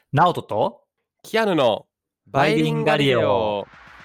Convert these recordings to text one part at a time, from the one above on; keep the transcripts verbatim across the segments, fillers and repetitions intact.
ナオトとキアヌのバイリンガリオ。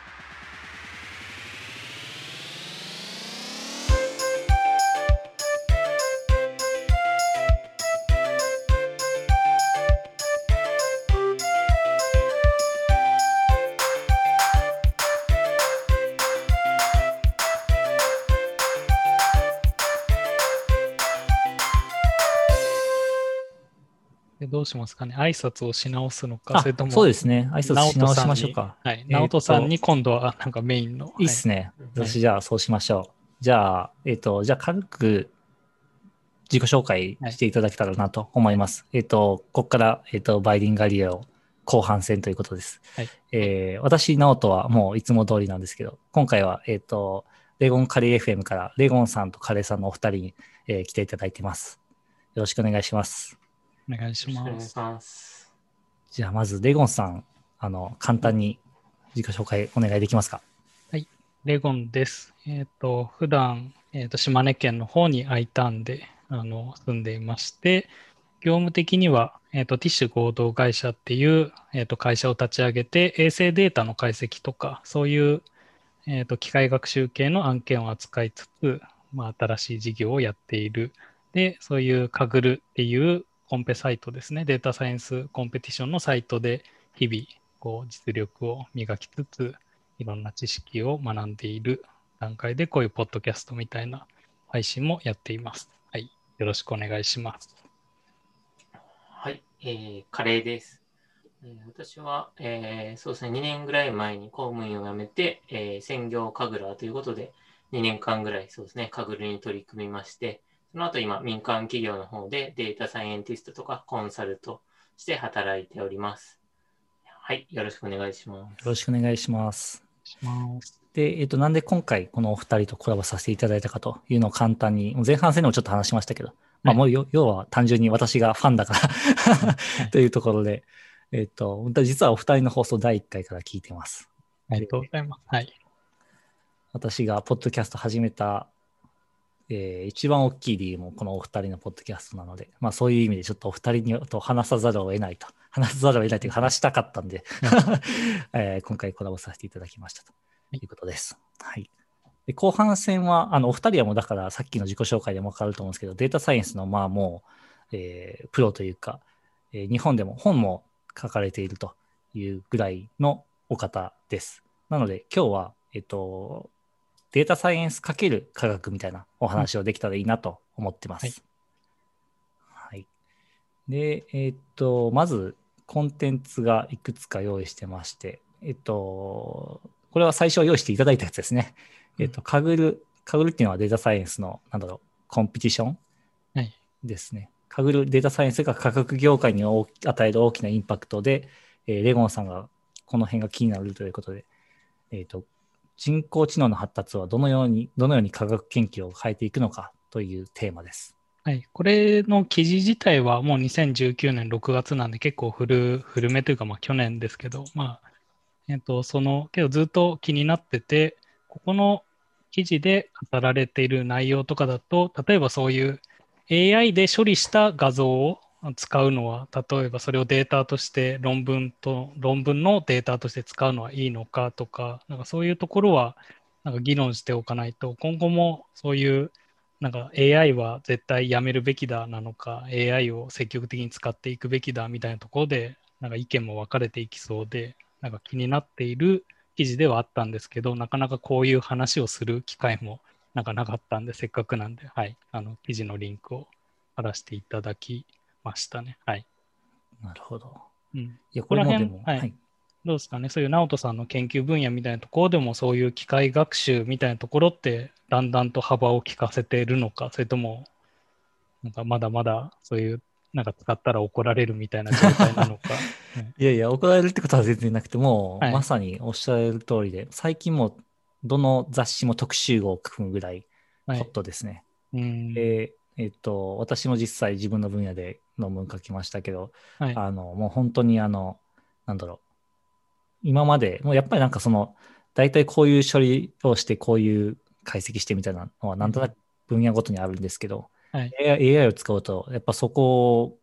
でどうしますかね。挨拶をし直すのか、 あそれとも、 そうですね。挨拶し直しましょうか。 はい。直人さんに今度はなんかメインの。 いいっすね。 はい私じゃあそうしましょう。じゃあ、えっ、と、じゃあ軽く自己紹介していただけたらなと思います。えっ、と、ここから、えっ、と、バイリンガリオ後半戦ということです。 はい。 えー私、ナオトはもういつも通りなんですけど、今回は、えっ、と、レゴンカレー エフエム からレゴンさんとカレーさんのお二人に、えー来ていただいてます。よろしくお願いします。 お願いしお願います。 します。 じゃあまずレゴンさん、あの、簡単に自己紹介お願いできますか。 レゴンです。えっ、と、普段、えっ、と、島根県の方に I ターンで、あの、住んでいまして、業務的には、えっ、と、ティッシュ合同会社っていう、えっ、と、会社を立ち上げて、衛星データの解析とか、そういう、えっ、と、機械学習系の案件を扱いつつ、まあ、新しい事業をやっている。で、そういうカグルっていうコンペサイトですね。データサイエンスコンペティションのサイトで、日々、こう、実力を磨きつつ、いろんな知識を学んでいる段階で、こういうポッドキャストみたいな配信もやっています。はい。よろしくお願いします。 はい、えー、カレーです。えー私は、えーそうですね、にねんぐらい前に公務員を辞めて、えー専業カグラーということで、にねんかんぐらい、そうですね、カグルに取り組みまして、その後今、民間企業の方でデータサイエンティストとかコンサルとして働いております。はい、よろしくお願いします。 よろしくお願いします。 しますで、えっ、と、なんで今回このお二人とコラボさせていただいたかというのを簡単に、前半戦でもちょっと話しましたけど、まあもうよ要は単純に私がファンだからというところで、えっ、と、実はお二人の放送だいいっかいから聞いてます。 ありがとうございます。はい。 私がポッドキャスト始めた、えー一番大きい理由もこのお二人のポッドキャストなので、まあそういう意味でちょっとお二人にと話さざるを得ないと、話さざるを得ないというか話したかったんで、えー今回コラボさせていただきましたということです。はい。で後半戦は、あの、お二人はもうだからさっきの自己紹介でもわかると思うんですけど、データサイエンスのまあもう、えープロというか、えー日本でも本も書かれているというぐらいのお方です。なので今日は、えっと、データサイエンス×科学みたいなお話をできたらいいなと思ってます。はい。はい、で、えっと、まずコンテンツがいくつか用意してまして、えっと、これは最初用意していただいたやつですね。えっと、カグル、カグルっていうのはデータサイエンスの、なんだろう、コンペティションですね。カグルデータサイエンスが科学業界に与える大きなインパクトで、えーレゴンさんがこの辺が気になるということで、えっと、人工知能の発達はどのように、どのように科学研究を変えていくのかというテーマです。 はい。これの記事自体はもうにせんじゅうきゅうねんろくがつなんで結構古、古めというかまあ去年ですけど、まあ、えっと、その、けどずっと気になってて、ここの記事で語られている内容とかだと、例えばそういう エーアイ で処理した画像を使うのは、例えばそれをデータとして論文と、論文のデータとして使うのはいいのかとか、なんかそういうところはなんか議論しておかないと、今後もそういうなんか エーアイ は絶対やめるべきだなのか、エーアイ を積極的に使っていくべきだみたいなところで、なんか意見も分かれていきそうで、なんか気になっている記事ではあったんですけど、なかなかこういう話をする機会もなんかなかったんで、せっかくなんで、はい、あの記事のリンクを貼らせていただきましたね。はい。 なるほど。 うん、 いや、これもでも、 はい。はい、どうですかね、そういう直人さんの研究分野みたいなところでも、そういう機械学習みたいなところって、だんだんと幅を利かせているのか、それとも、なんかまだまだそういう、なんか使ったら怒られるみたいな状態なのか。 いやいや、怒られるってことは全然なくても、 はい、 まさにおっしゃる通りで、最近もどの雑誌も特集号を組むぐらいホットですね。 はい、うんで、えっと、私も実際自分の分野で論文書きましたけど、 はい、 あの、もう本当にあの、なんだろう、今まで、もうやっぱりなんかその、大体こういう処理をして、こういう解析してみたいなのは、なんとなく分野ごとにあるんですけど、 はい、 エーアイ エーアイ を使うと、やっぱそこ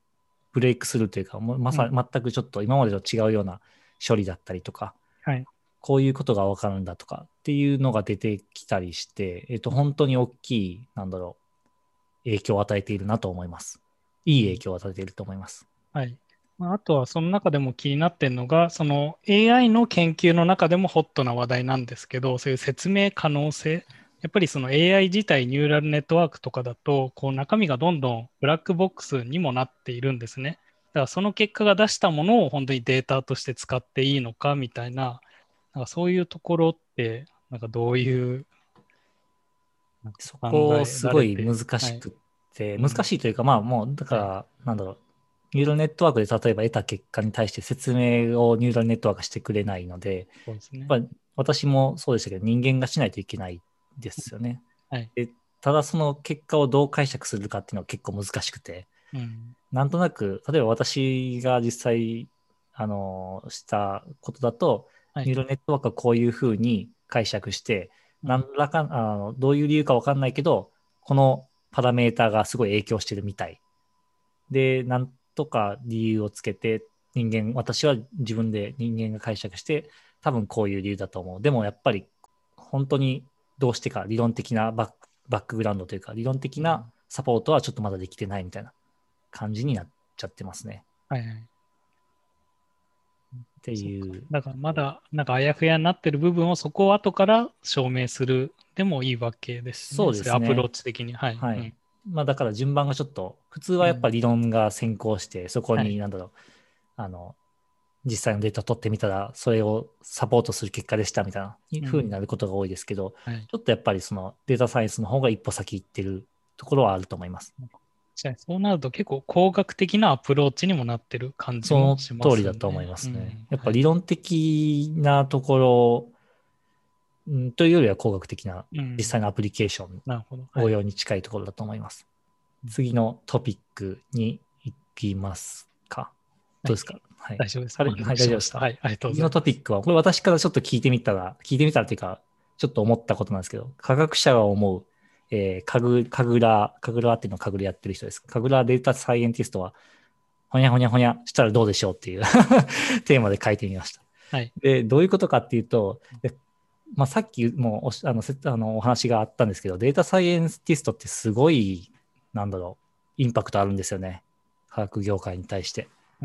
ブレイクスルーというか、もうまさ、 うん全くちょっと今までと違うような処理だったりとか、 はい。 こういうことがわかるんだとかっていうのが出てきたりして、えっと、本当に大きい、なんだろう、影響を与えているなと思います。いい影響を与えていると思います。 はい。まあ、あとはその中でも気になってるのが、その エーアイ の研究の中でもホットな話題なんですけど、そういう説明可能性、やっぱりその エーアイ 自体、ニューラルネットワークとかだと、こう中身がどんどんブラックボックスにもなっているんですね。だからその結果が出したものを本当にデータとして使っていいのかみたいな、なんかそういうところって、なんかどういうなんかそ考こ、 えすごいられて、 難しくって、 はい、 難しいというか、まあもう、だから、なんだろう、ニューラルネットワークで例えば得た結果に対して説明をニューラルネットワークがしてくれないので、 そうですね。 やっぱ私もそうでしたけど、人間がしないといけないですよね。 はい。 でただその結果をどう解釈するかっていうのは結構難しくて、 うん。 なんとなく、例えば私が実際、あの、したことだと、 はい。 ニューラルネットワークはこういうふうに解釈して、 うん何らか、あの、どういう理由かわかんないけど、このパラメータがすごい影響してるみたい。で、なんとか理由をつけて、人間、私は自分で人間が解釈して、多分こういう理由だと思う。でもやっぱり、本当にどうしてか理論的なバック、バックグラウンドというか、理論的なサポートはちょっとまだできてないみたいな感じになっちゃってますね。 はいはい。 っていう。 だからまだなんかあやふやになってる部分をそこを後から証明するでもいいわけですね。 そうですね。 アプローチ的に。はい。 はい。 うん、 まあだから順番がちょっと、普通はやっぱり理論が先行して、そこはい。 になんだろう、あの、実際のデータを取ってみたら、それをサポートする結果でしたみたいな風になることが多いですけど、 はい。 ちょっとやっぱりそのデータサイエンスの方が一歩先行ってるところはあると思います。 じゃあそうなると結構工学的なアプローチにもなってる感じそのもしますね。 通りだと思いますね。 うんやっぱ理論的なところ、うんというよりは工学的なうん実際のアプリケーション、 なるほど。はい。 応用に近いところだと思います。 うん次のトピックに行きますか。どうですか、はい、 大丈夫です。 あれ、 満はい、大丈夫ですか。 足しました。はい。ありがとうご次のざいます。 トピックは、これ私からちょっと聞いてみたら、聞いてみたらっていうか、ちょっと思ったことなんですけど、科学者が思う、えー、かぐ、かぐら、かぐらっていうのをかぐらやってる人です。かぐらデータサイエンティストは、ほにゃほにゃほにゃしたらどうでしょうっていうテーマで書いてみました。 はい。 で、どういうことかっていうと、でまあ、さっきもおしあのせあのお話があったんですけど、データサイエンティストってすごい、なんだろう、インパクトあるんですよね。科学業界に対して。 うん。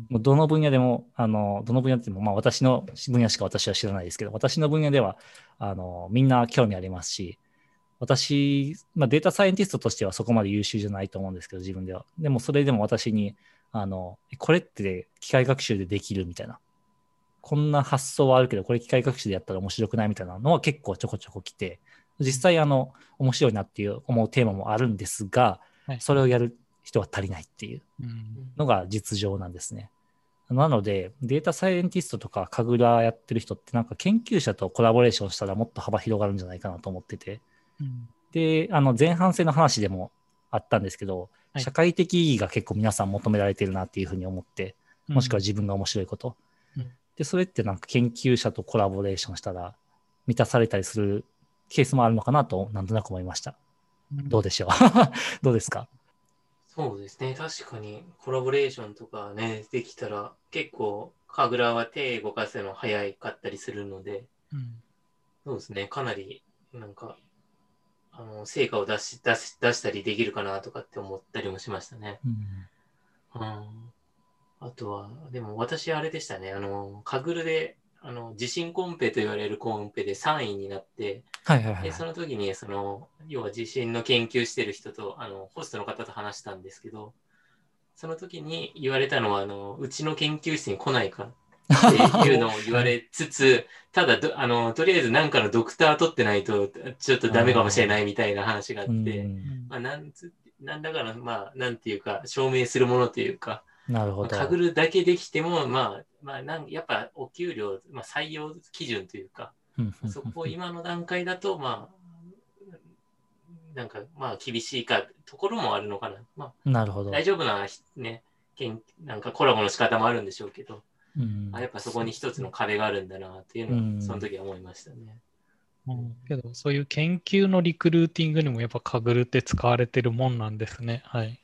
もうどの分野でも、あの、どの分野でも、まあ私の分野しか私は知らないですけど、私の分野では、あの、みんな興味ありますし、私、まあデータサイエンティストとしてはそこまで優秀じゃないと思うんですけど、自分では。でもそれでも私に、あの、これって機械学習でできるみたいな。こんな発想はあるけど、これ機械学習でやったら面白くないみたいなのは結構ちょこちょこ来て、実際あの、面白いなっていう思うテーマもあるんですが、 はい。 それをやる人は足りないっていううんのが実情なんですね。なので、データサイエンティストとかカグラやってる人ってなんか研究者とコラボレーションしたらもっと幅広がるんじゃないかなと思ってて。 うんで、あの前半戦の話でもあったんですけど、 はい社会的意義が結構皆さん求められてるなっていうふうに思って、もしくは自分が面白いこと。 うんで、それってなんか研究者とコラボレーションしたら満たされたりするケースもあるのかなとなんとなく思いました。 うんどうでしょうどうですか。 そうですね。確かにコラボレーションとかね、できたら結構、神楽は手動かすの早かったりするので、 うんそうですね。かなり、なんか、あの、成果を出し、出し、出したりできるかなとかって思ったりもしましたね。 うんうんあとは、でも私あれでしたね。あの、カグルで、あの、地震コンペと言われるコンペでさんいになって、 はいはいはい、 で、その時に、その、要は地震の研究してる人と、あの、ホストの方と話したんですけど、その時に言われたのは、あの、うちの研究室に来ないかっていうのを言われつつ、ただど、あの、とりあえず何かのドクター取ってないと、ちょっとダメかもしれないみたいな話があっうて、 んまあ、なんつ、なんだかの、まあ、なんていうか、証明するものというか、まあ、 なるほど。 かぐるだけできても、まあ、まあ、なんやっぱお給料、まあ、採用基準というか、 うんうんそこを今の段階だと、まあ、なんか、まあ、厳しいか、ところもあるのかな。まあ、 なるほど。 大丈夫な、ね、けんなんかコラボの仕方もあるんでしょうけど、 うんあやっぱそこに一つの壁があるんだなっていうのは、 うんその時は思いましたね。 うんけど、そういう研究のリクルーティングにもやっぱカグルって使われてるもんなんですね。はい。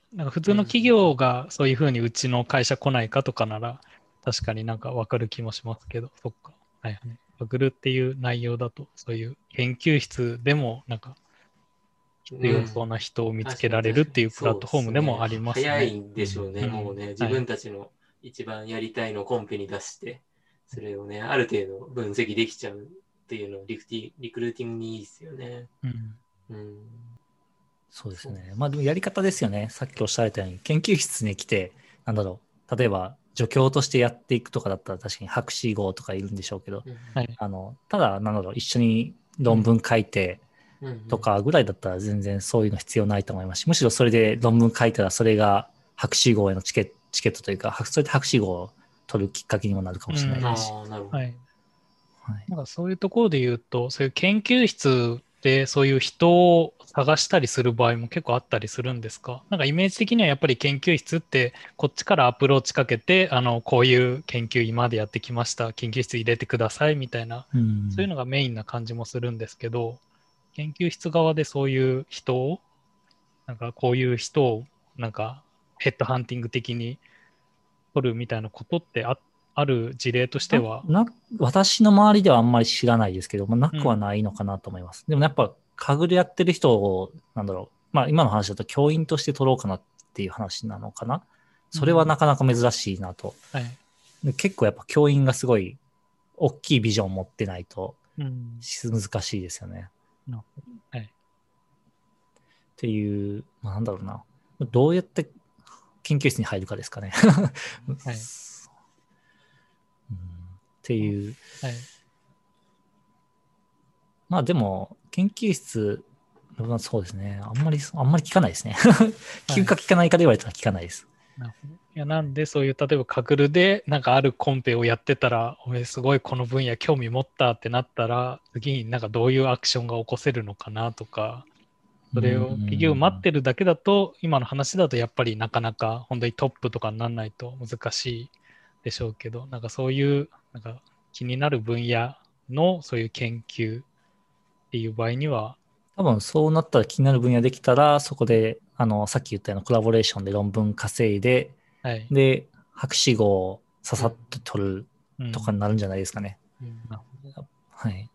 なんか普通の企業がそういうふうにうちの会社来ないかとかなら、確かになんかわかる気もしますけど、そっか。はいはい。カグルっていう内容だと、そういう研究室でもなんか必要そうな人を見つけられるっていうプラットフォームでもありますね。 早いんでしょうね、 うんもうね、自分たちの一番やりたいのをコンペに出して、それをね、ある程度分析できちゃうっていうのをリクティリクルーティングにいいですよね。 うんうんそうですね。まあでもやり方ですよね。さっきおっしゃられたように、研究室に来て、なんだろう、例えば助教としてやっていくとかだったら確かに博士号とかいるんでしょうけど、 はいあのただ、なんだろう、一緒に論文書いてとかぐらいだったら全然そういうの必要ないと思いますし、むしろそれで論文書いたらそれが博士号へのチケット、チケットというか、それで博士号を取るきっかけにもなるかもしれないですし。 ああ、なるほど。 はい。 はいなんかそういうところで言うと、そういう研究室でそういう人を探したりする場合も結構あったりするんですか？なんかイメージ的にはやっぱり研究室ってこっちからアプローチかけて、あの、こういう研究今までやってきました、研究室入れてくださいみたいな、 うんそういうのがメインな感じもするんですけど、研究室側でそういう人を、なんかこういう人をなんかヘッドハンティング的に取るみたいなことってあ、ある事例としては、 なな私の周りではあんまり知らないですけど、まあ、なくはうんないのかなと思います。でもやっぱ、カグルやってる人を、なんだろう、まあ今の話だと教員として取ろうかなっていう話なのかな。それはなかなか珍しいなと。 はい。 で結構やっぱ教員がすごい大きいビジョンを持ってないとうん。 難しいですよね。 なるほど。はい。 っていう、まあ、なんだろうな。どうやって研究室に入るかですかね。 はいうんっていう。 はい。 まあでも、研究室、まあそうですね。あんまり、あんまり聞かないですね。聞くか聞かないかで言われたら聞かないです。 なるほど。いや、なんでそういう、例えばカグルでなんかあるコンペをやってたら、おめすごいこの分野興味持ったってなったら、次になんかどういうアクションが起こせるのかなとか、それを企業待ってるだけだと、今の話だとやっぱりなかなか本当にトップとかにならないと難しいでしょうけど、なんかそういうなんか気になる分野のそういう研究っていう場合には、 多分そうなったら気になる分野できたら、そこで、あの、さっき言ったようなコラボレーションで論文稼いで、 はい。 で、博士号をささっと取るうんとかになるんじゃないですかね。 うんなるほど。 はい。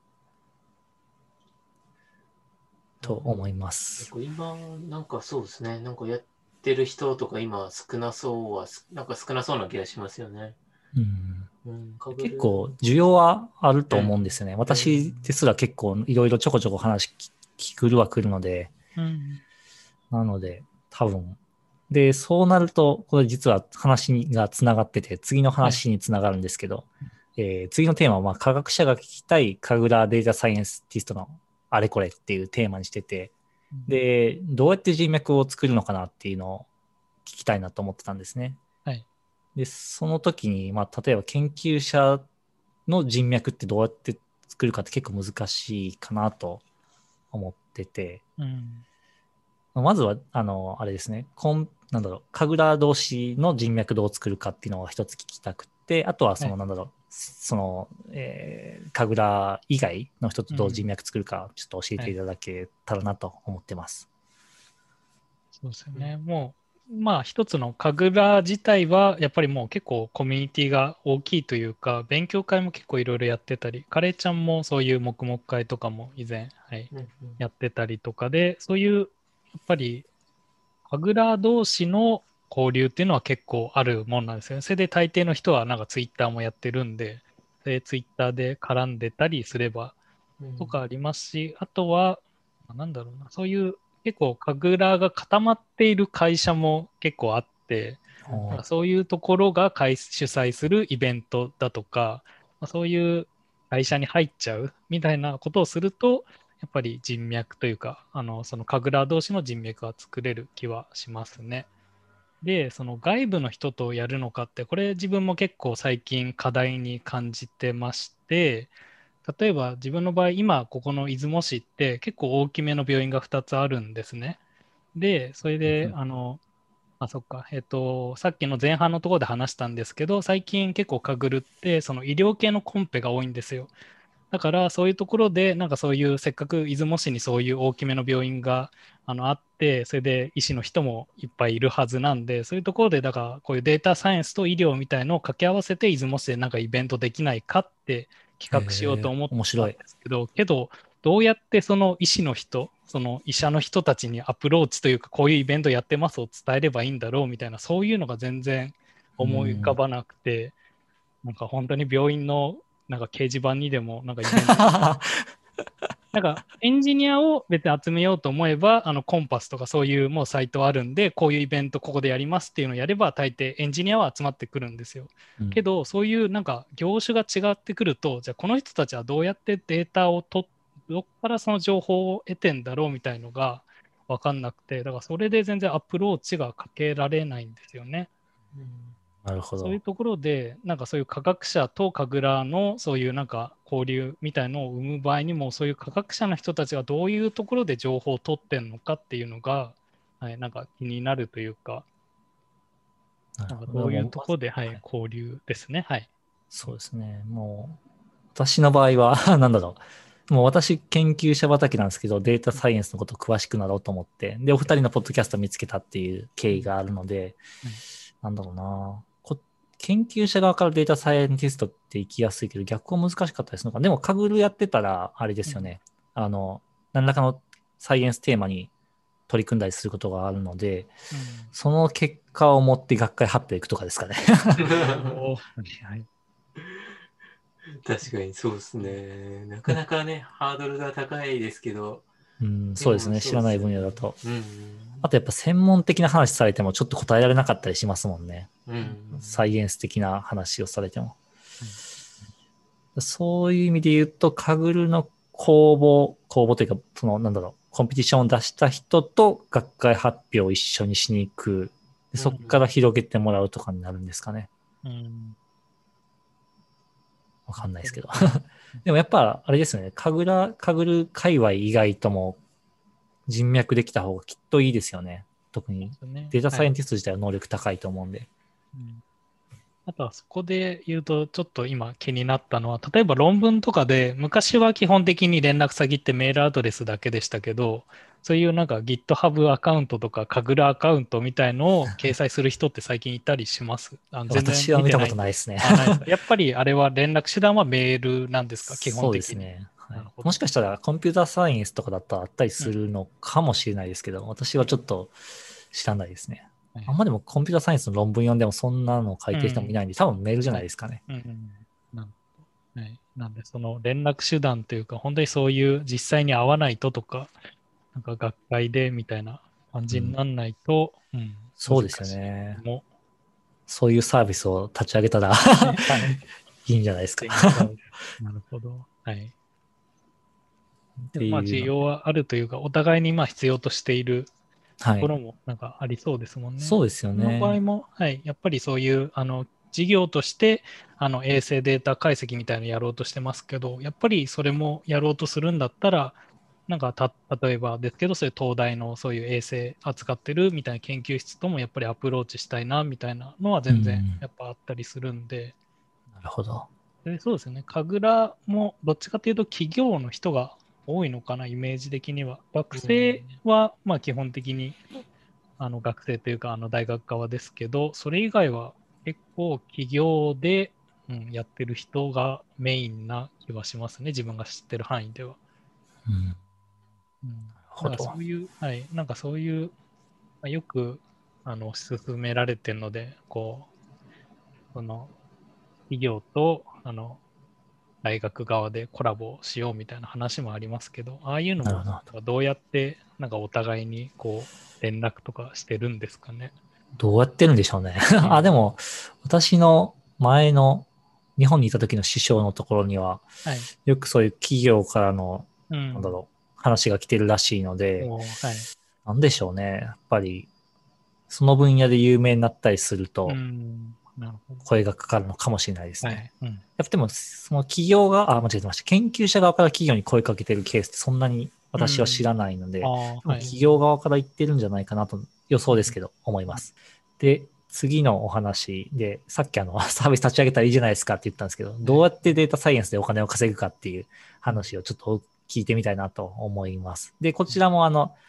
と思います。 なんか今、なんかそうですね、なんかやってる人とか今少なそうは、すなんか少なそうな気がしますよね。 うんうん、かぶる結構需要はあると思うんですよね。私ですら結構いろいろちょこちょこ話聞聞くるは来るので、 うん。 なので多分。で、そうなると、これ実は話がつながってて、次の話につながるんですけど、えー次のテーマは、まあ、科学者が聞きたい神楽データサイエンティストのあれこれっていうテーマにしてて、で、どうやって人脈を作るのかなっていうのを聞きたいなと思ってたんですね。 はい。 で、その時に、まあ、例えば研究者の人脈ってどうやって作るかって結構難しいかなと思ってて、 うん。 まずは、あの、あれですね、コン、なんだろう、神楽同士の人脈どう作るかっていうのを一つ聞きたくて、あとはその、 はいなんだろう、その、えー、神楽以外の人とどう人脈作るか、ちょっと教えていただけたらなと思ってます。 そうですよね。もう、まあ一つの神楽自体はやっぱりもう結構コミュニティが大きいというか、勉強会も結構いろいろやってたり、カレーちゃんもそういう黙々会とかも以前、はい、 うんうんやってたりとかで、そういうやっぱり神楽同士の交流っていうのは結構あるもんなんですよね。それで大抵の人はなんかツイッターもやってるんで、でツイッターで絡んでたりすればうんとかありますし、あとは、なんだろうな、そういう結構神楽が固まっている会社も結構あって、 うんなんかそういうところが開主催するイベントだとか、まあそういう会社に入っちゃうみたいなことをすると、やっぱり人脈というか、あのその神楽同士の人脈が作れる気はしますね。で、その外部の人とやるのかって、これ自分も結構最近課題に感じてまして、例えば自分の場合、今ここの出雲市って結構大きめの病院がふたつあるんですね。で、それで、あの、あ、そっか、えっと、さっきの前半のところで話したんですけど、最近結構かぐるって、その医療系のコンペが多いんですよ。だからそういうところで、なんかそういうせっかく出雲市にそういう大きめの病院があのあって、それで医師の人もいっぱいいるはずなんで、そういうところで、だからこういうデータサイエンスと医療みたいのを掛け合わせて、出雲市でなんかイベントできないかって企画しようと思ったんですけど、けど、どうやってその医師の人、その医者の人たちにアプローチというか、こういうイベントやってますを伝えればいいんだろうみたいな、そういうのが全然思い浮かばなくて、なんか本当に病院のなんか掲示板にでもなんかイベントなんかエンジニアを別に集めようと思えば、あのコンパスとかそういうもうサイトあるんで、こういうイベントここでやりますっていうのをやれば、大抵エンジニアは集まってくるんですよ。うん、けど、そういうなんか業種が違ってくると、じゃあこの人たちはどうやってデータをと、どっからその情報を得てんだろうみたいのが分かんなくて、だからそれで全然アプローチがかけられないんですよね。 うんなるほど。 そういうところで、なんかそういう科学者と神楽のそういうなんか交流みたいのを生む場合にも、そういう科学者の人たちがどういうところで情報を取ってんのかっていうのが、はい、なんか気になるというか、なんかどういうところで、はい、交流ですね。はい。 そうですね。もう、私の場合は、なんだろう。もう私、研究者畑なんですけど、データサイエンスのことを詳しくなろうと思って、で、お二人のポッドキャストを見つけたっていう経緯があるので、うん、なんだろうな。研究者側からデータサイエンティストって行きやすいけど、逆は難しかったですのか。でも、カグルやってたら、あれですよね。うん、あの、何らかのサイエンステーマに取り組んだりすることがあるので、うん、その結果を持って学会発表行くとかですかね。 確かにそうですね。なかなかね、ハードルが高いですけど。 うん、そうですね。知らない分野だと。 うん、 あとやっぱ専門的な話されてもちょっと答えられなかったりしますもんね。 うん、 サイエンス的な話をされても。うん、そういう意味で言うと、カグルの公募、公募というか、その、なんだろう、コンペティションを出した人と学会発表を一緒にしに行く。でそこから広げてもらうとかになるんですかね。うん。わかんないですけど。でもやっぱ、あれですよね。カグラ、カグル界隈以外とも人脈できた方がきっといいですよね。特にデータサイエンティスト自体は能力高いと思うんで。はいうん、あとはそこで言うとちょっと今気になったのは、例えば論文とかで昔は基本的に連絡先ってメールアドレスだけでしたけど、そういうなんか GitHub アカウントとかカグルアカウントみたいのを掲載する人って最近いたりします？ あ全然私は見たことないですね。 やっぱりあれは連絡手段はメールなんですか、基本的に。 そうですね。はい、もしかしたらコンピューターサイエンスとかだったらあったりするのかもしれないですけど、うん、私はちょっと知らないですね。はい、あんまでもコンピューターサイエンスの論文読んでもそんなの書いてる人もいないんで、うん、多分メールじゃないですかね。 うんうんなんはい、なんでその連絡手段というか、本当にそういう実際に会わないととか、なんか学会でみたいな感じにならないと、うんうん、 そうですよね。そういうサービスを立ち上げたらいいんじゃないですか。 なるほど。はい。でまあ需要はあるというか、お互いにまあ必要としているところもなんかありそうですもんね。はい、 そうですよね。 その場合も、はい、やっぱりそういうあの事業としてあの衛星データ解析みたいなのやろうとしてますけど、やっぱりそれもやろうとするんだったら、なんかた例えばですけど、そういう東大のそういう衛星扱ってるみたいな研究室ともやっぱりアプローチしたいなみたいなのは全然やっぱあったりするんで。 うん、なるほど。 でそうですね。神楽もどっちかというと企業の人が多いのかな、イメージ的には。学生はまあ基本的にあの学生というかあの大学側ですけど、それ以外は結構企業で、うん、やってる人がメインな気はしますね、自分が知ってる範囲では。うんうん、だからそういう、はい、なんかそういう、まあ、よくあの進められてるので、こう、その企業とあの大学側でコラボしようみたいな話もありますけど、ああいうのもどうやってなんかお互いにこう連絡とかしてるんですかね。 どうやってるんでしょうね。あ、でも私の前の日本にいた時の師匠のところには、はい、よくそういう企業からの、うん、なんだろう、話が来てるらしいので、はい、なんでしょうね。やっぱり、その分野で有名になったりすると、うん声がかかるのかもしれないですね。はいうん、やっぱでも、その企業が、あ、間違えてました。研究者側から企業に声かけてるケースってそんなに私は知らないので、うんはい、企業側から言ってるんじゃないかなと予想ですけど、思います。で、次のお話で、さっきあの、サービス立ち上げたらいいじゃないですかって言ったんですけど、どうやってデータサイエンスでお金を稼ぐかっていう話をちょっと聞いてみたいなと思います。で、こちらもあの、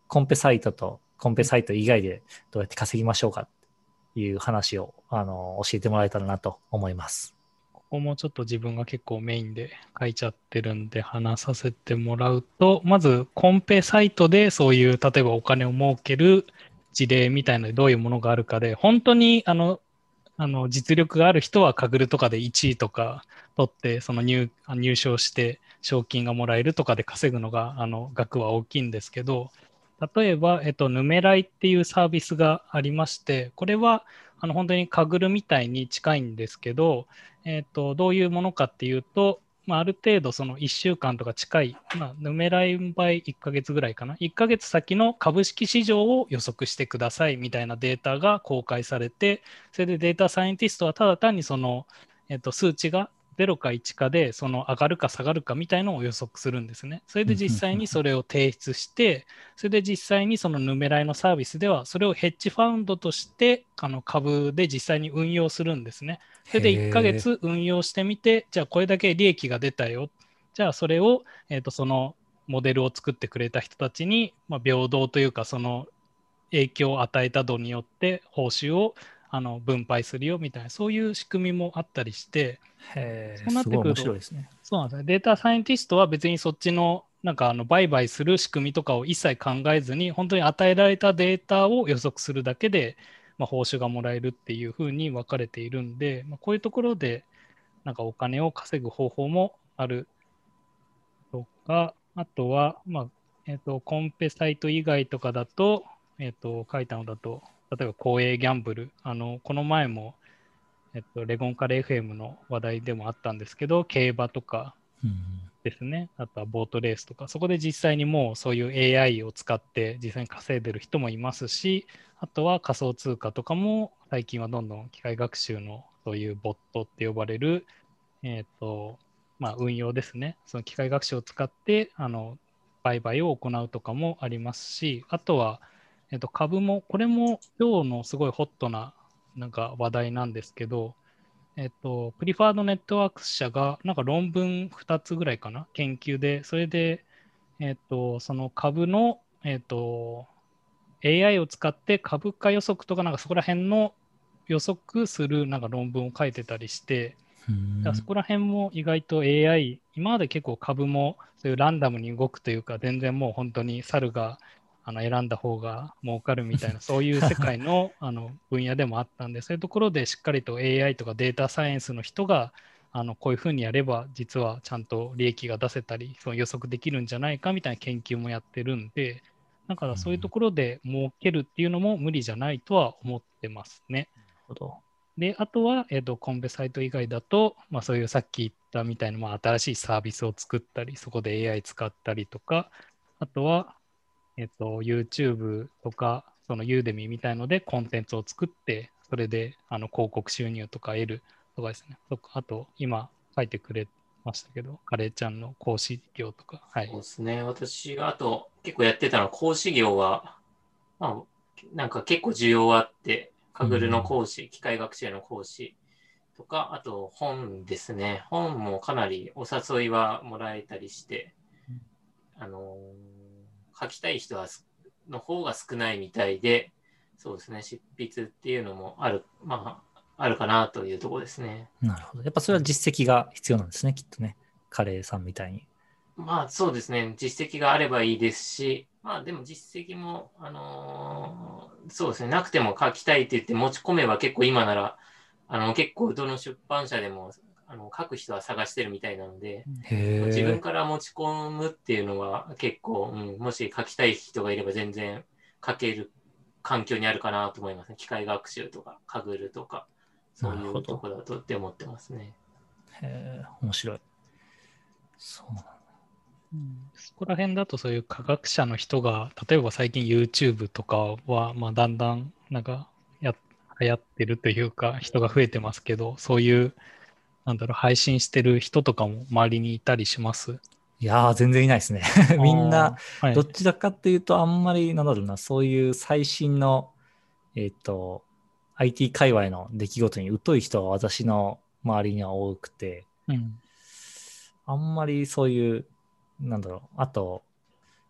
コンペサイトとコンペサイト以外でどうやって稼ぎましょうかっていう話をあの教えてもらえたらなと思います。 ここもちょっと自分が結構メインで書いちゃってるんで話させてもらうと、まずコンペサイトでそういう例えばお金を儲ける事例みたいなのでどういうものがあるかで、本当にあのあの実力がある人はカグルとかでいちいとか取ってその 入, 入賞して賞金がもらえるとかで稼ぐのがあの額は大きいんですけど、例えば、えっと、ヌメライっていうサービスがありまして、これはあの本当にカグルみたいに近いんですけど、えっと、どういうものかっていうと、まあ、ある程度そのいっしゅうかんとか近い、まあ、ヌメライ場合いっかげつぐらいかな、いっかげつ先の株式市場を予測してくださいみたいなデータが公開されて、それでデータサイエンティストはただ単にその、えっと、数値がゼロかいちかでその上がるか下がるかみたいのを予測するんですね。それで実際にそれを提出して、それで実際にそのヌメライのサービスではそれをヘッジファウンドとしてあの株で実際に運用するんですね。それでいっかげつ運用してみて、じゃあこれだけ利益が出たよ。じゃあそれを、えーと、そのモデルを作ってくれた人たちに、まあ、平等というかその影響を与えた度によって報酬をあの分配するよみたいな、そういう仕組みもあったりして、 へそうなってくると、 すごい面白いですね。 そうなんですね。データサイエンティストは別にそっちのなんかあの売買する仕組みとかを一切考えずに、本当に与えられたデータを予測するだけで、まあ、報酬がもらえるっていうふうに分かれているんで、まあ、こういうところでなんかお金を稼ぐ方法もあるとか、あとは、まあえーと、コンペサイト以外とかだと、えーと、書いたのだと、例えば公営ギャンブル、あのこの前も、えっと、レゴンカレー エフエム の話題でもあったんですけど、競馬とかですね、あとはボートレースとか、そこで実際にもうそういう エーアイ を使って実際に稼いでる人もいますし、あとは仮想通貨とかも最近はどんどん機械学習のそういうボットって呼ばれる、えっと、まあ、運用ですね、その機械学習を使ってあの売買を行うとかもありますし、あとは、えっと、株も、これも今日のすごいホットななんか話題なんですけど、えっと、プリファードネットワークス社が、なんか論文ふたつぐらいかな、研究で、それで、えっと、その株の、えっと、エーアイ を使って株価予測とか、なんかそこら辺の予測するなんか論文を書いてたりして、だそこら辺も意外と エーアイ、今まで結構株もそういうランダムに動くというか、全然もう本当に猿があの選んだ方が儲かるみたいな、そういう世界のあの分野でもあったんで、そういうところでしっかりと エーアイ とかデータサイエンスの人が、あのこういうふうにやれば、実はちゃんと利益が出せたり、その予測できるんじゃないかみたいな研究もやってるんで、だからそういうところで儲けるっていうのも無理じゃないとは思ってますね。 なるほど。 で、あとは、えっと、コンペサイト以外だと、まあ、そういうさっき言ったみたいな、まあ、新しいサービスを作ったり、そこで エーアイ 使ったりとか、あとは、えっと、YouTube とか、その Udemy みたいのでコンテンツを作って、それであの広告収入とか得るとかですね。あと、今書いてくれましたけど、カレーちゃんの講師業とか。はい、 そうですね。私があと結構やってたのは講師業は、まあ、なんか結構需要あって、カグルの講師、機械学習の講師とか、あと本ですね。本もかなりお誘いはもらえたりして、あのー、書きたい人はの方が少ないみたいで、そうですね、執筆っていうのもある、まあ、あるかなというところですね。 なるほど。やっぱそれは実績が必要なんですね、きっとね。カレーさんみたいに。 まあそうですね、実績があればいいですし、まあでも実績も、あのーそうですね、なくても書きたいって言って持ち込めば結構今なら、あの結構どの出版社でもあの書く人は探してるみたいなので、自分へから持ち込むっていうのは結構、うん、もし書きたい人がいれば全然書ける環境にあるかなと思いますね。機械学習とか、カグルとか、そういうところだとって思ってますね。 へえ、面白い。そうなんだ。 うん、そこら辺だとそういう科学者の人が、例えば最近 YouTube とかは、まあ、だんだんなんかや流行ってるというか、人が増えてますけど、そういう、なんだろう、配信してる人とかも周りにいたりします？ いやー、全然いないですね。みんな、 はい、 どちらかっていうと、あんまり、なんだろうな、そういう最新の、えっと、アイティー 界隈の出来事に疎い人が私の周りには多くて、 うん、 あんまりそういう、なんだろう、あと、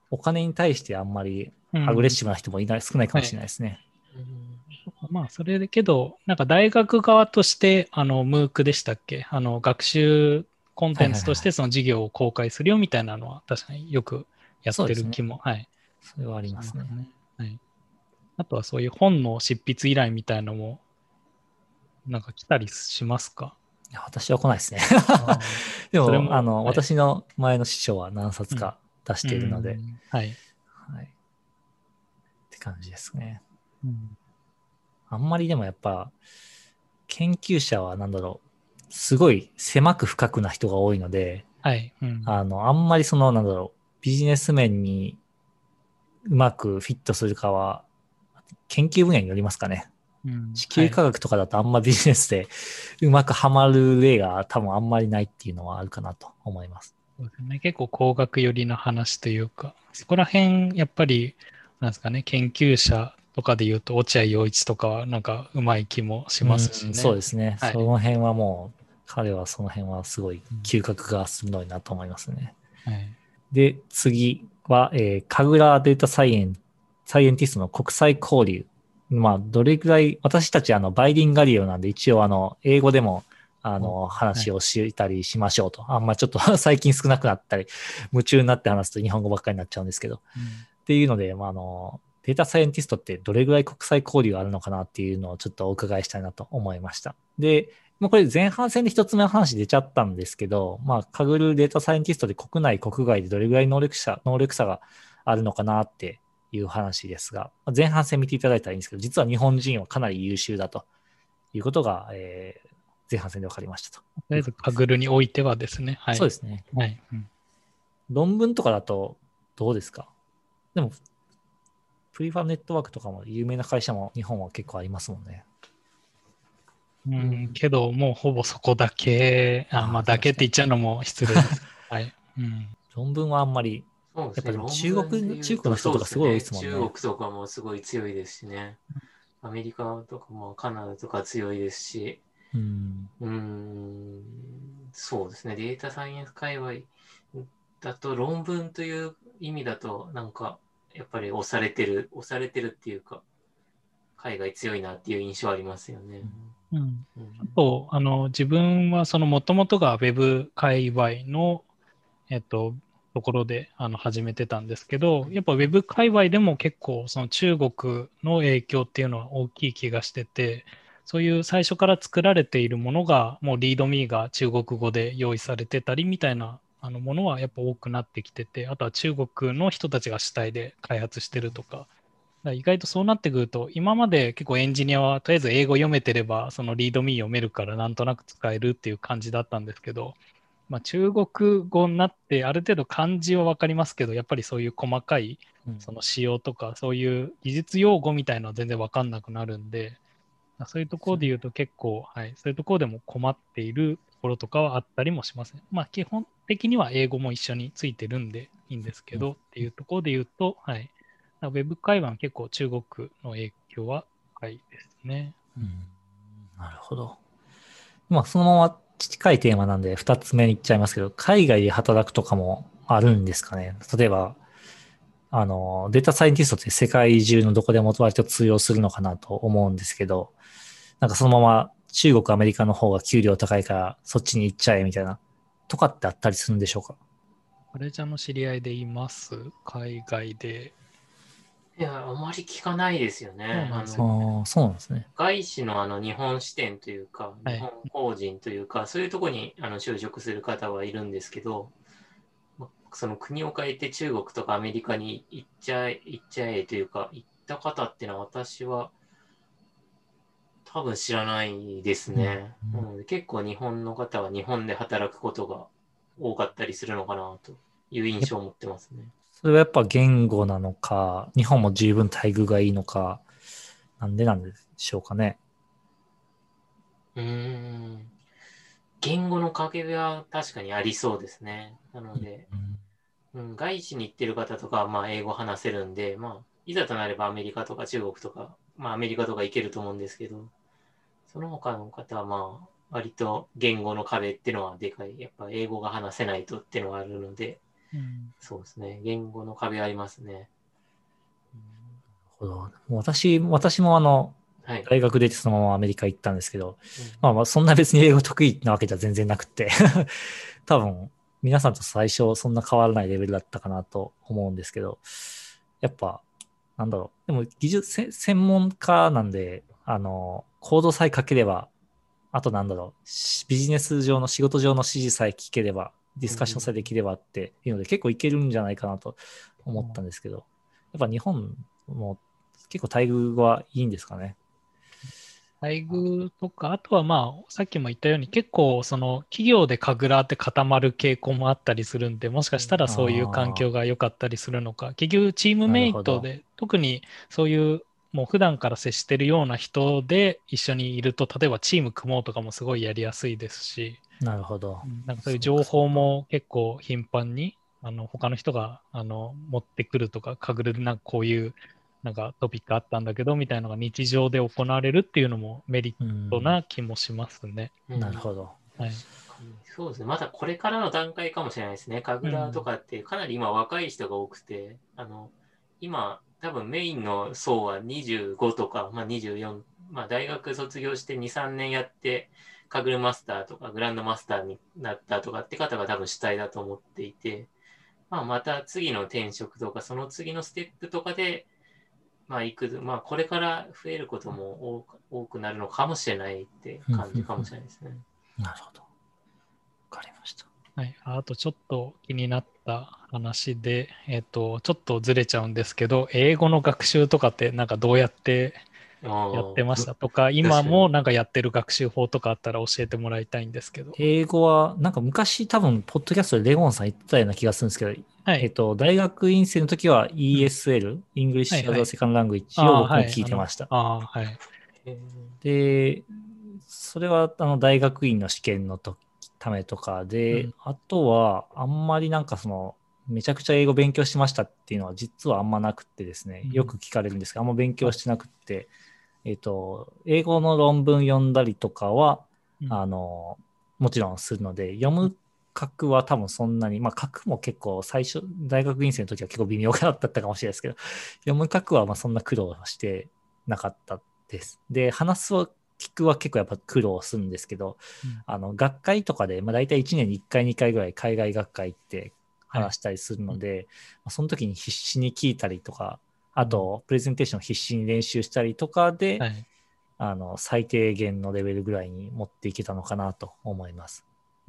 お金に対してあんまりうんアグレッシブな人もいない、少ないかもしれないですね。 うんまあ、それでけど、なんか大学側として、あの、ムークでしたっけあの、学習コンテンツとしてその授業を公開するよみたいなのは確かによくやってる気も、はい。 それはありますね。 しねはい。あとはそういう本の執筆依頼みたいなのも、なんか来たりしますか？ いや、私は来ないですね。 あでも、 それもあの、 はい私の前の師匠は何冊か出しーているので、 うんはい。 はい。って感じですね。 うんあんまりでもやっぱ、研究者はなんだろう、すごい狭く深くな人が多いので、 はい。うんあの、あんまりその、なんだろう、ビジネス面にうまくフィットするかは、研究分野によりますかね。 うん地球科学とかだとあんまビジネスでうまくはまる例が多分あんまりないっていうのはあるかなと思います。 そうですね、結構工学寄りの話というか、そこら辺、やっぱり、なんですかね、研究者とかで言うと、落合陽一とかは、なんか、うまい気もしますしうん、 ね。 そうですね。 はいその辺はもう、彼はその辺はすごいうん嗅覚が鋭いなと思いますね。 はい。 で、次は、えー、神楽データサイエン、サイエンティストの国際交流。まあ、どれぐらい、私たちあの、バイリンガリオなんで、一応あの、英語でも、あの、 お話をしたりしましょうと。あんまちょっと最近少なくなったり、夢中になって話すと日本語ばっかりになっちゃうんですけど。 うんっていうので、まあ、あの、データサイエンティストってどれぐらい国際交流があるのかなっていうのをちょっとお伺いしたいなと思いました。で、もうこれ前半戦で一つ目の話出ちゃったんですけど、まあ、カグルデータサイエンティストで国内、国外でどれぐらい能力者、能力差があるのかなっていう話ですが、前半戦見ていただいたらいいんですけど、実は日本人はかなり優秀だということが、えー前半戦で分かりましたと。 とりあえず、カグルにおいてはですね。はい。 そうですね。 はい。うん論文とかだとどうですか？でも、プリファネットワークとかも有名な会社も日本は結構ありますもんね。 うん、けど、もうほぼそこだけ、あ、 あーまあ、だけって言っちゃうのも失礼です。はい。うん。 論文はあんまり、 そうですね。 やっぱでも論中国、 文で言中うと、 国の人とかそうですね。 すごい多いですもんね。 中国とかもすごい強いですしね。アメリカとかもカナダとか強いですし。 うん。 うーん、そうですね。データサイエンス界隈だと論文という意味だと、なんか、やっぱり押されてる、押されてるっていうか、海外強いなっていう印象ありますよね。 うん。 うんあと、あの、自分はその元々が Web 界隈の、えっと、ところであの始めてたんですけど、やっぱ Web 界隈でも結構その中国の影響っていうのは大きい気がしてて、そういう最初から作られているものが、もうリードミーが中国語で用意されてたりみたいなあのものはやっぱ多くなってきてて、あとは中国の人たちが主体で開発してるとか、だから意外とそうなってくると、今まで結構エンジニアはとりあえず英語読めてれば、そのリードミー読めるからなんとなく使えるっていう感じだったんですけど、まあ、中国語になってある程度漢字は分かりますけど、やっぱりそういう細かいうんその仕様とか、そういう技術用語みたいなのは全然分かんなくなるんで、そういうところで言うと結構、はい、そういうところでも困っているところとかはあったりもしますね。まあ基本的には英語も一緒についてるんでいいんですけど、 うんっていうところで言うと、はい。ウェブ会話は結構中国の影響は高いですね。ううんんなるほど。まあ、そのまま近いテーマなんで、二つ目に行っちゃいますけど、海外で働くとかもあるんですかね。例えば、あの、データサイエンティストって世界中のどこでも割と通用するのかなと思うんですけど、なんかそのまま中国、アメリカの方が給料高いからそっちに行っちゃえみたいな、とかってあったりするんでしょうか？ あれちゃんの知り合いでいます海外で。 いや、あまり聞かないですよね。 そうなんですあよね。 あ、そうなんですね。 外資のあの日本支店というか、 はい日本法人というか、そういうところにあの就職する方はいるんですけど、まその国を変えて中国とかアメリカに行っちゃえ、行っちゃえというか、行った方っていうのは私は多分知らないですね。 ううんん結構日本の方は日本で働くことが多かったりするのかなという印象を持ってますね。 それはやっぱ言語なのか、日本も十分待遇がいいのか、なんでなんでしょうかね。 うーん。言語の壁は確かにありそうですね。なので、 うんうん、外資に行ってる方とかはまあ英語話せるんで、まあ、いざとなればアメリカとか中国とか、まあアメリカとか行けると思うんですけど、その他の方はまあ、割と言語の壁っていうのはでかい。やっぱ英語が話せないとっていうのはあるので、 うん、 そうですね。言語の壁ありますね。 なるほど。私、私もあの、 はい。 大学出てそのままアメリカ行ったんですけど、 うんまあまあそんな別に英語得意なわけじゃ全然なくて多分皆さんと最初そんな変わらないレベルだったかなと思うんですけど、やっぱなんだろう。でも技術、せ専門家なんで、あの、コードさえ書ければ、あとなんだろう、しビジネス上の仕事上の指示さえ聞ければ、ディスカッションさえできればっていうので結構いけるんじゃないかなと思ったんですけど、やっぱ日本も結構待遇はいいんですかね。 待遇とか、あとはまあ、さっきも言ったように、結構、その企業で神楽って固まる傾向もあったりするんで、もしかしたらそういう環ああ、 境が良かったりするのか、結局、チームなるメイほど。 トで、特にそういう、もう普段から接してるような人で一緒にいると、例えばチーム組もうとかもすごいやりやすいですし、 なるほど。 うんなんかそういうそうか、 情報そうか。 も結構頻繁に、あの、他の人が、あの、持ってくるとか、かぐるでなんかこういう、なんかトピックあったんだけど、みたいなのが日常で行われるっていうのもメリッうん、 トな気もしますね。 うん、 なるほど。 はい。 確かにそうですね。まだこれからの段階かもしれないですね。神楽とうん。 かってかなり今若い人が多くて、あの、今多分メインの層はにじゅうごとか、まあ、にじゅうよん、まあ、大学卒業してに、さんねんやって、神楽マスターとかグランドマスターになったとかって方が多分主体だと思っていて、まあ、また次の転職とか、その次のステップとかで、まあ、行く、まあ、これから増えることも多く多くなるのかもしれないってうんうん感じかうんもしれないですね。 なるほど。わかりました。 はい。ああとちょっと気になった話で、えっと、ちょっとずれちゃうんですけど、英語の学習とかってなんかどうやってやってましああ、 たとか、今確かに。 もなんかやってる学習法とかあったら教えてもらいたいんですけど。 英語は、なんか昔多分、ポッドキャストでレゴンさん言ってたような気がするんですけど、 はい。 えっと、大学院生の時はうん。 イーエスエル、 はい English は as い。 a Second Language をああ、 僕もはい。あの、 聞いてました。 ああ、はい。 えーで、それはあの大学院の試験のとためとかで、 うん。 あとはあんまりなんかその、めちゃくちゃ英語勉強しましたっていうのは実はあんまなくてですね、ようん。 く聞かれるんですが、あんま勉強はい。 してなくて、えっと、英語の論文読んだりとかは、 うん。 あの、もちろんするので、読む書くは多分そんなに、まあ書くも結構最初、大学院生の時は結構微妙だったかもしれないですけど、読む書くはまあそんな苦労してなかったです。で、話すは聞くは結構やっぱ苦労するんですけど、 うん。 あの、学会とかで、まあ大体いちねんにいっかい、にかいぐらい海外学会行ってはい。 話したりするうん。 ので、まあその時に必死に聞いたりとか、あうん。 と、プレゼンテーション必死に練習したりとかで、 はい。 あの、最低限のレベルぐらいに持っていけたのかなと思います。 うん。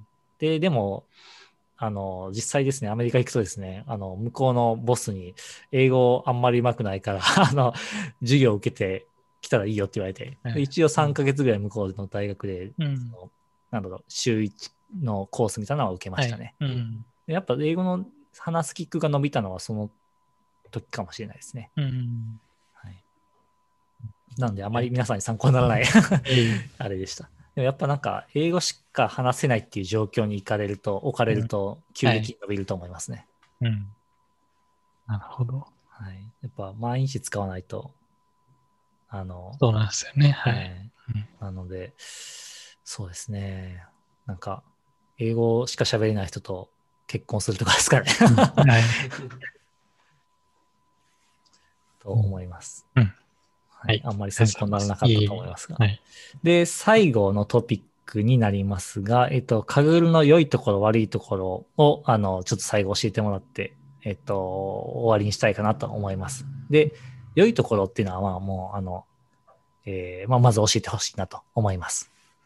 で、でも、あの、実際ですね、アメリカ行くとですね、あの、向こうのボスに、英語あんまり上手くないから、あの、授業を受けてきたらいいよって言われて、 はい。 で一応3 うん。 ヶ月ぐらい向こうの大学で、 うん。 その、なんだろう、週いちのコースみたいなのは受けまはい。 したね。 ううんん。 でやっぱ英語の話すキックが伸びたのはその時かもしれないですね。 うん。 はい。なんで、あまはい。 り皆さんに参考にならないえい。 あれでした。でもやっぱなんか、英語しか話せないっていう状況に行かれると、置かれうん。 ると、急はい。 激に伸びると思いますね。 うん。なるほど。 はい。やっぱ、毎日使わないと、あの、 そうなんですよね。はい。 はい。 うん。 なので、そうですね。なんか、英語しか喋れない人と結婚するとかですかね。 うん。はい。 とうん。 思います。 うん。 はい。 はい。 あんまりあり参考にならがとうございます。 なかったといえいえ。 思いますが。 はい。 で、最後のトピックになりますが、えっと、カグルの良いところ、悪いところを、あの、ちょっと最後教えてもらって、えっと、終わりにしたいかなと思います。で、良いところっていうのは、まあ、もう、あの、えー、まあ、まず教えてほしいなと思います。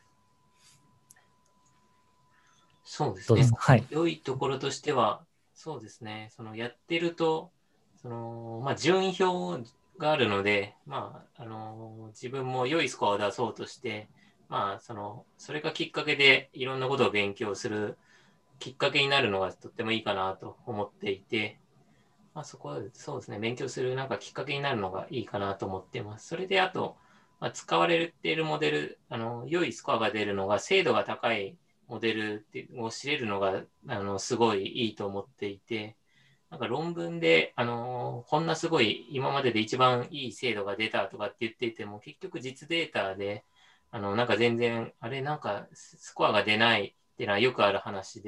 そうですね。 どうですか？はこい。 良いところとしては、そうですね。そのやってると、その、まあ、順位表があるので、まあ、あの、自分も良いスコアを出そうとして、まあ、その、それがきっかけでいろんなことを勉強するきっかけになるのがとってもいいかなと思っていて、まあ、そこはそうですね、勉強するなんかきっかけになるのがいいかなと思っています。それであと、まあ、使われているモデル、あの、良いスコアが出るのが、精度が高いモデルってを知れるのが、あの、すごいいいと思っていて、なんか論文で、あの、こんなすごい今までで一番いい精度が出たとかって言っていても、結局実データで、あの、なんか全然、あれなんかスコアが出ないっていうのはよくある話で、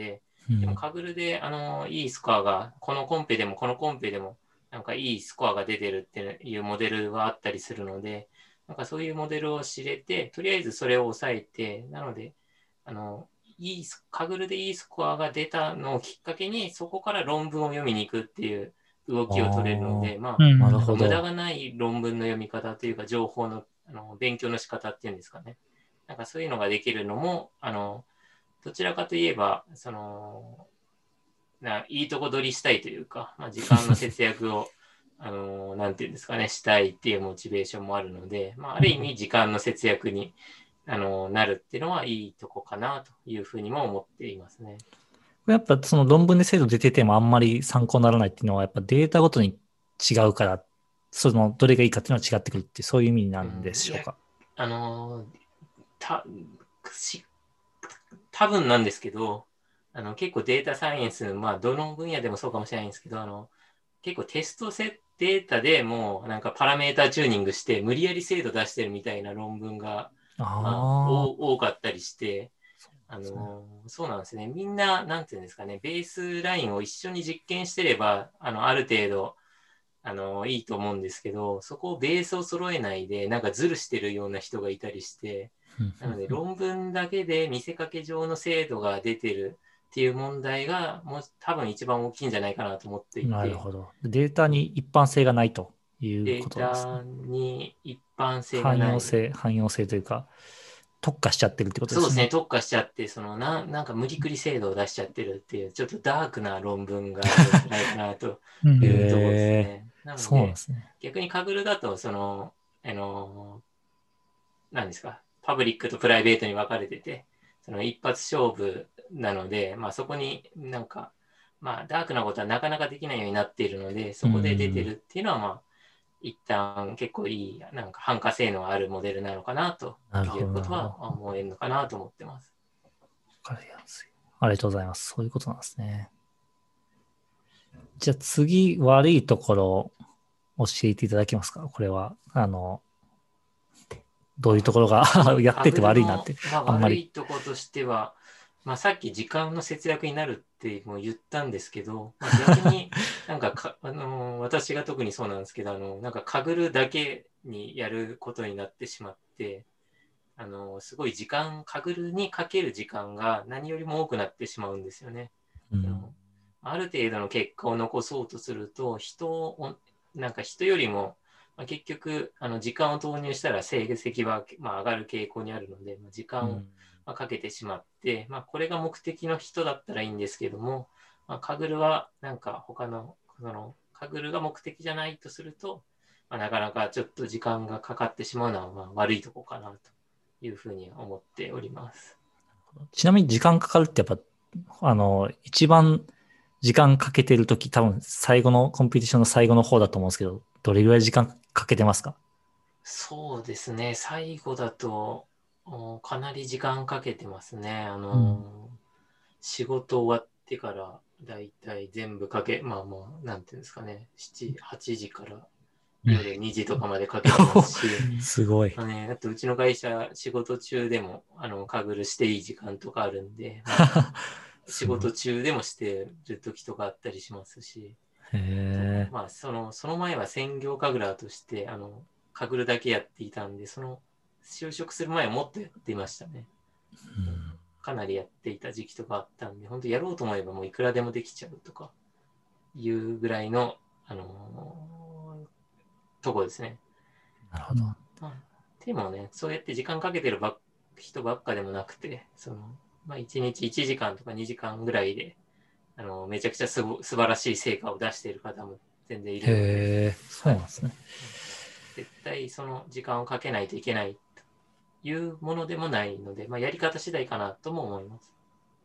うんでもカグルであのいいスコアが、このコンペでもこのコンペでもなんかいいスコアが出てるっていうモデルがあったりするので、なんかそういうモデルを知れて、とりあえずそれを抑えて、なので、あのいいカグルでいいスコアが出たのをきっかけに、そこから論文を読みに行くっていう動きを取れるので、まあ、 うんなるほど。 なんか無駄がない論文の読み方というか、情報の、あの勉強の仕方っていうんですかね。なんかそういうのができるのも、あのどちらかといえば、その、ないいとこ取りしたいというか、まあ、時間の節約を、あのなんていうんですかね、したいっていうモチベーションもあるので、まあ、ある意味時間の節約に、あのなるっていうのはいいとこかなというふうにも思っていますね。 やっぱその論文で精度出ててもあんまり参考にならないっていうのは、やっぱデータごとに違うから、そのどれがいいかっていうのは違ってくるって、そういう意味なんでしょうか。 うん、あのたし多分なんですけど、あの結構データサイエンス、まあどの分野でもそうかもしれないんですけど、あの結構テストセデータでもうなんかパラメータチューニングして無理やり精度出してるみたいな論文が、まあ、多かったりして、あのそうなんですね。みんな、なんていうんですかね、ベースラインを一緒に実験してれば、あのある程度あのいいと思うんですけど、そこをベースを揃えないで、なんかズルしてるような人がいたりして、なので論文だけで見せかけ上の精度が出てるっていう問題がもう多分一番大きいんじゃないかなと思っていて。 なるほど。データに一般性がないということですね。 データに一般性がない。 汎用性、汎用性というか、特化しちゃってるってことですね。 そうですね、特化しちゃって、そのななんか無理くり精度を出しちゃってるっていう、ちょっとダークな論文があるんじゃないかなというところですね。なので、 そうなんですね。 逆にカグルだと、その、あの、何ですか、パブリックとプライベートに分かれてて、その一発勝負なので、まあそこになんか、まあダークなことはなかなかできないようになっているので、そこで出てるっていうのは、まあ、一旦結構いい、なんか反価性能あるモデルなのかなということは思えるのかなと思ってます。 わかりやすい。ありがとうございます。そういうことなんですね。じゃあ次、悪いところを教えていただけますか？これは、あの、どういうところがやってて悪いなって。 まあ、悪いところとしては、まあ、さっき時間の節約になるっても言ったんですけど、まあ、逆になんかか、あのー、私が特にそうなんですけど、あのなんかかぐるだけにやることになってしまって、あのー、すごい時間、かぐるにかける時間が何よりも多くなってしまうんですよね。 うん、 あのある程度の結果を残そうとすると、人を、なんか人よりも、まあ、結局あの時間を投入したら成績は、まあ、上がる傾向にあるので、まあ、時間を、まあ、かけてしまって、まあ、これが目的の人だったらいいんですけども、まあ、カグルはなんか他のそのカグルが目的じゃないとすると、まあ、なかなかちょっと時間がかかってしまうのはまあ悪いとこかなというふうに思っております。 ちなみに時間かかるってやっぱあの一番時間かけてるとき、多分最後のコンペティションの最後の方だと思うんですけど、どれぐらい時間かけてますか？ そうですね、最後だとかなり時間かけてますね。あの、うん、仕事終わってからだいたい全部かけ、まあまあ、なんていうんですかね、しち、はちじから夜にじとかまでかけてますし、 すごい。 あのね、だってうちの会社、仕事中でもあのかぐるしていい時間とかあるんで、まあ仕事中でもしてる時とかあったりしますし、 へまあ、そのその前は専業神楽としてあのかぐるだけやっていたんで、その就職する前はもっとやっていましたね、うん。かなりやっていた時期とかあったんで、本当やろうと思えばもういくらでもできちゃうとかいうぐらいの、あのー、とこですね。 なるほど。まあ、でもね、そうやって時間かけてるば人ばっかでもなくて、そのまあ、いちにちいちじかんとかにじかんぐらいで、あのめちゃくちゃすご素晴らしい成果を出している方も全然いるので、 へー、そうなんですね。 絶対その時間をかけないといけないというものでもないので、まあ、やり方次第かなとも思います。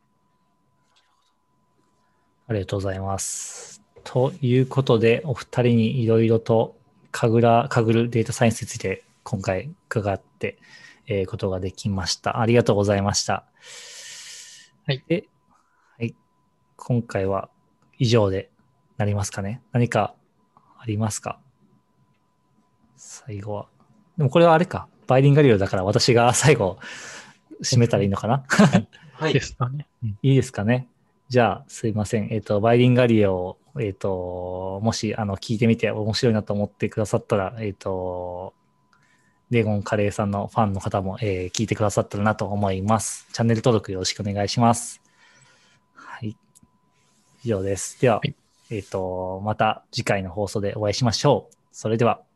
ありがとうございます。ということで、お二人にいろいろとかぐら、かぐるデータサイエンスについて今回伺って、えー、ことができました。ありがとうございました。 はい。 で、はい。今回は以上でなりますかね。何かありますか？最後は。でもこれはあれか。バイリンガリオだから私が最後締めたらいいのかな？ はい。ですかね。 いいですかね。 じゃあ、すいません。えっ、と、バイリンガリアを、えっ、と、もし、あの、聞いてみて面白いなと思ってくださったら、えっ、と、レゴンカレーさんのファンの方も、えー聞いてくださったらなと思います。チャンネル登録よろしくお願いします。はい。以上です。では、 はいえっ、と、また次回の放送でお会いしましょう。それでは。